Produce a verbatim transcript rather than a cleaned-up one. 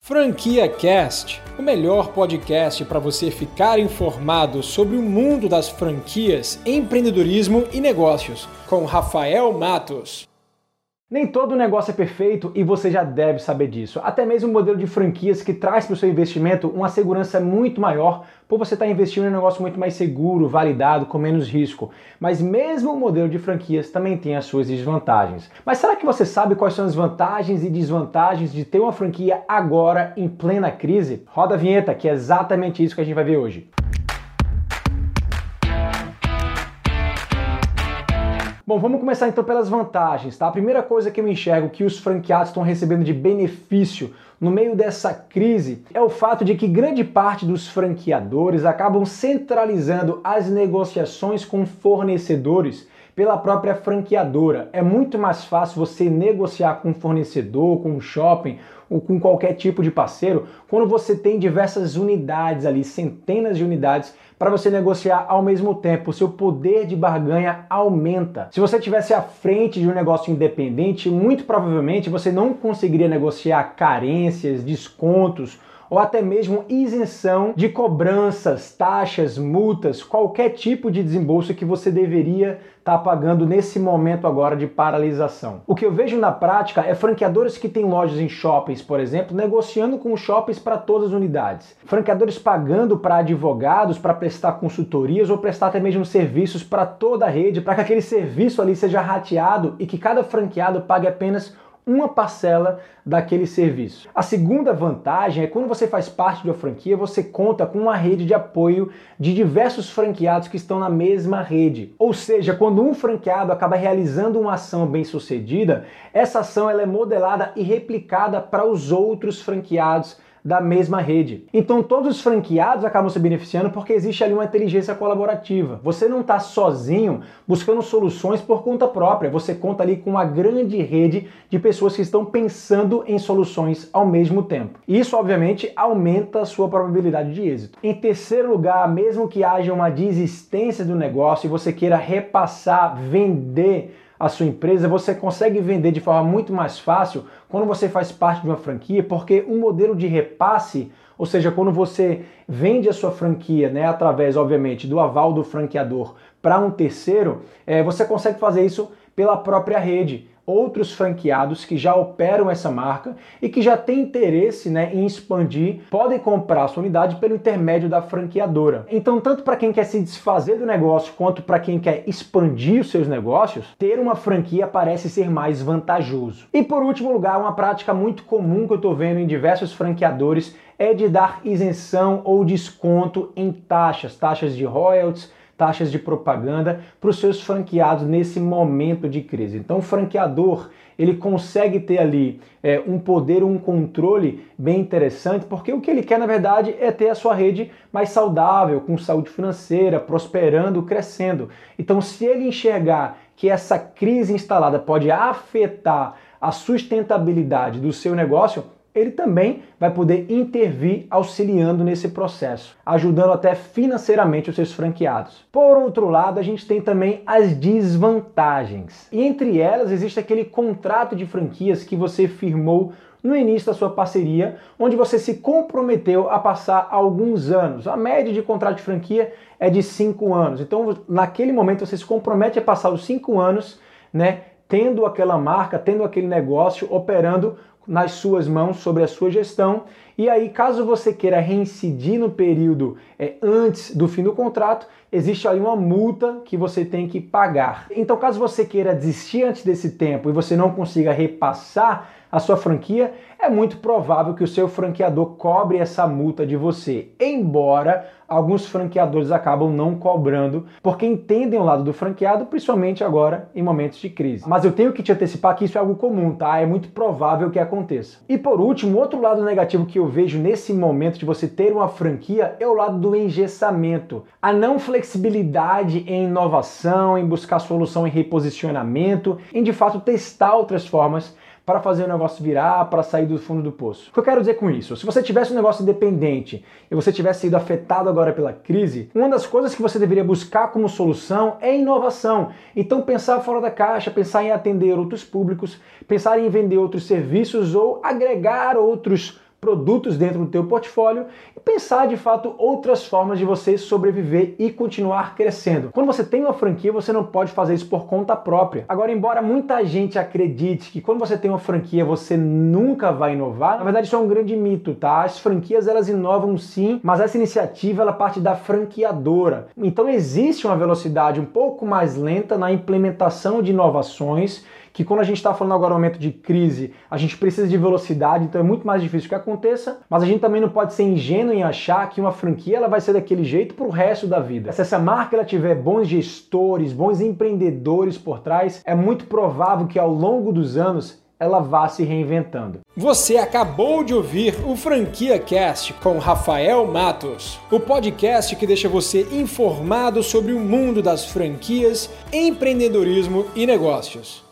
Franquia Cast, o melhor podcast para você ficar informado sobre o mundo das franquias, empreendedorismo e negócios, com Rafael Matos. Nem todo negócio é perfeito e você já deve saber disso. Até mesmo o modelo de franquias que traz para o seu investimento uma segurança muito maior por você estar investindo em um negócio muito mais seguro, validado, com menos risco. Mas mesmo o modelo de franquias também tem as suas desvantagens. Mas será que você sabe quais são as vantagens e desvantagens de ter uma franquia agora em plena crise? Roda a vinheta, que é exatamente isso que a gente vai ver hoje. Bom, vamos começar então pelas vantagens, tá? A primeira coisa que eu enxergo que os franqueados estão recebendo de benefício no meio dessa crise é o fato de que grande parte dos franqueadores acabam centralizando as negociações com fornecedores pela própria franqueadora. É muito mais fácil você negociar com um fornecedor, com um shopping ou com qualquer tipo de parceiro quando você tem diversas unidades ali, centenas de unidades para você negociar ao mesmo tempo. O seu poder de barganha aumenta. Se você estivesse à frente de um negócio independente, muito provavelmente você não conseguiria negociar carências, descontos ou até mesmo isenção de cobranças, taxas, multas, qualquer tipo de desembolso que você deveria estar pagando nesse momento agora de paralisação. O que eu vejo na prática é franqueadores que têm lojas em shoppings, por exemplo, negociando com os shoppings para todas as unidades. Franqueadores pagando para advogados para prestar consultorias ou prestar até mesmo serviços para toda a rede, para que aquele serviço ali seja rateado e que cada franqueado pague apenas uma parcela daquele serviço. A segunda vantagem é quando você faz parte de uma franquia, você conta com uma rede de apoio de diversos franqueados que estão na mesma rede. Ou seja, quando um franqueado acaba realizando uma ação bem-sucedida, essa ação ela é modelada e replicada para os outros franqueados da mesma rede. Então todos os franqueados acabam se beneficiando porque existe ali uma inteligência colaborativa. Você não está sozinho buscando soluções por conta própria, você conta ali com uma grande rede de pessoas que estão pensando em soluções ao mesmo tempo. Isso obviamente aumenta a sua probabilidade de êxito. Em terceiro lugar, mesmo que haja uma desistência do negócio e você queira repassar, vender a sua empresa, você consegue vender de forma muito mais fácil quando você faz parte de uma franquia, porque o modelo de repasse, ou seja, quando você vende a sua franquia, né, através, obviamente, do aval do franqueador para um terceiro, é, você consegue fazer isso pela própria rede. Outros franqueados que já operam essa marca e que já têm interesse, né, em expandir, podem comprar a sua unidade pelo intermédio da franqueadora. Então, tanto para quem quer se desfazer do negócio quanto para quem quer expandir os seus negócios, ter uma franquia parece ser mais vantajoso. E por último lugar, uma prática muito comum que eu estou vendo em diversos franqueadores é de dar isenção ou desconto em taxas, taxas de royalties, taxas de propaganda para os seus franqueados nesse momento de crise. Então o franqueador ele consegue ter ali é, um poder, um controle bem interessante, porque o que ele quer na verdade é ter a sua rede mais saudável, com saúde financeira, prosperando, crescendo. Então se ele enxergar que essa crise instalada pode afetar a sustentabilidade do seu negócio, ele também vai poder intervir auxiliando nesse processo, ajudando até financeiramente os seus franqueados. Por outro lado, a gente tem também as desvantagens. E entre elas existe aquele contrato de franquias que você firmou no início da sua parceria, onde você se comprometeu a passar alguns anos. A média de contrato de franquia é de cinco anos. Então, naquele momento, você se compromete a passar os cinco anos, né, tendo aquela marca, tendo aquele negócio, operando nas suas mãos, sobre a sua gestão. E aí, caso você queira reincidir no período é, antes do fim do contrato, existe aí uma multa que você tem que pagar. Então, caso você queira desistir antes desse tempo e você não consiga repassar a sua franquia, é muito provável que o seu franqueador cobre essa multa de você, embora alguns franqueadores acabam não cobrando, porque entendem o lado do franqueado, principalmente agora em momentos de crise. Mas eu tenho que te antecipar que isso é algo comum, tá? É muito provável que aconteça. E por último, outro lado negativo que eu vejo nesse momento de você ter uma franquia é o lado do engessamento. A não flexibilidade em inovação, em buscar solução em reposicionamento, em de fato testar outras formas para fazer o negócio virar, para sair do fundo do poço. O que eu quero dizer com isso? Se você tivesse um negócio independente e você tivesse sido afetado agora pela crise, uma das coisas que você deveria buscar como solução é inovação. Então pensar fora da caixa, pensar em atender outros públicos, pensar em vender outros serviços ou agregar outros produtos dentro do teu portfólio e pensar de fato outras formas de você sobreviver e continuar crescendo. Quando você tem uma franquia, você não pode fazer isso por conta própria. Agora, embora muita gente acredite que quando você tem uma franquia você nunca vai inovar, na verdade isso é um grande mito, tá? As franquias elas inovam sim, mas essa iniciativa ela parte da franqueadora. Então existe uma velocidade um pouco mais lenta na implementação de inovações, que quando a gente está falando agora no momento de crise, a gente precisa de velocidade, então é muito mais difícil que aconteça, mas a gente também não pode ser ingênuo em achar que uma franquia ela vai ser daquele jeito para o resto da vida. Se essa marca ela tiver bons gestores, bons empreendedores por trás, é muito provável que ao longo dos anos ela vá se reinventando. Você acabou de ouvir o Franquia Cast com Rafael Matos, o podcast que deixa você informado sobre o mundo das franquias, empreendedorismo e negócios.